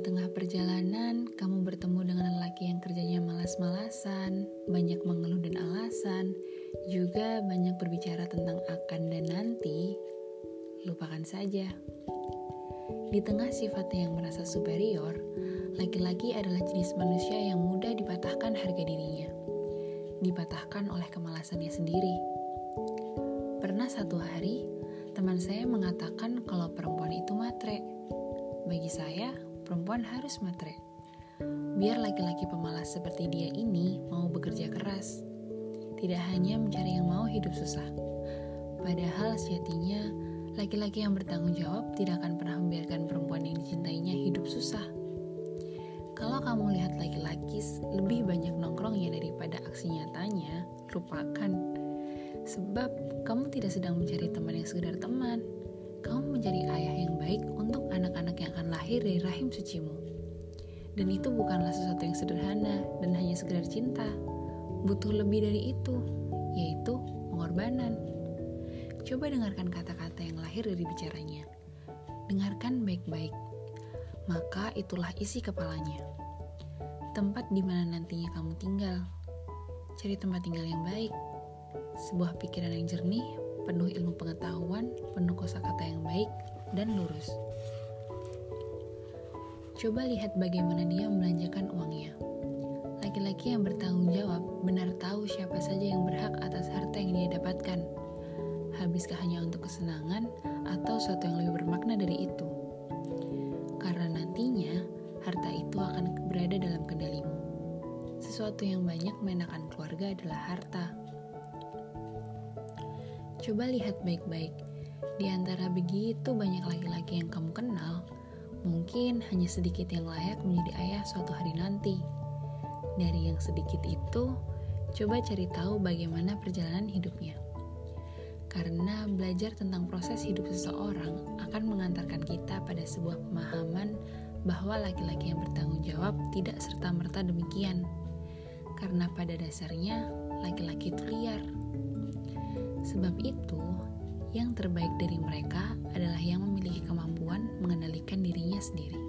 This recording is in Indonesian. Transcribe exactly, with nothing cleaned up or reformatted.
tengah perjalanan, kamu bertemu dengan lelaki yang kerjanya malas-malasan, banyak mengeluh dan alasan, juga banyak berbicara tentang akan dan nanti, lupakan saja. Di tengah sifatnya yang merasa superior, laki-laki adalah jenis manusia yang mudah dipatahkan harga dirinya. Dipatahkan oleh kemalasannya sendiri. Pernah satu hari, teman saya mengatakan kalau perempuan itu matre. Bagi saya, perempuan harus matre. Biar laki-laki pemalas seperti dia ini mau bekerja keras. Tidak hanya mencari yang mau hidup susah. Padahal sejatinya, laki-laki yang bertanggung jawab tidak akan pernah membiarkan perempuan yang dicintainya hidup susah. Kalau kamu lihat laki-laki lebih banyak nongkrongnya daripada aksi nyatanya, lupakan. Sebab kamu tidak sedang mencari teman yang sekedar teman. Kamu mencari ayah yang baik untuk anak-anak yang akan lahir dari rahim sucimu. Dan itu bukanlah sesuatu yang sederhana dan hanya sekedar cinta. Butuh lebih dari itu, yaitu pengorbanan. Coba dengarkan kata-kata yang lahir dari bicaranya. Dengarkan baik-baik. Maka itulah isi kepalanya. Tempat di mana nantinya kamu tinggal. Cari tempat tinggal yang baik. Sebuah pikiran yang jernih, penuh ilmu pengetahuan, penuh kosakata yang baik, dan lurus. Coba lihat bagaimana dia membelanjakan uangnya. Laki-laki yang bertanggung jawab benar tahu siapa saja yang berhak atas harta yang dia dapatkan. Habiskah hanya untuk kesenangan atau sesuatu yang lebih bermakna dari itu? Karena nantinya, harta itu akan berada dalam kendalimu. Sesuatu yang banyak menyenangkan keluarga adalah harta. Coba lihat baik-baik, di antara begitu banyak laki-laki yang kamu kenal, mungkin hanya sedikit yang layak menjadi ayah suatu hari nanti. Dari yang sedikit itu, coba cari tahu bagaimana perjalanan hidupnya. Karena belajar tentang proses hidup seseorang akan mengantarkan kita pada sebuah pemahaman bahwa laki-laki yang bertanggung jawab tidak serta-merta demikian. Karena pada dasarnya, laki-laki itu liar. Sebab itu, yang terbaik dari mereka adalah yang memiliki kemampuan mengendalikan dirinya sendiri.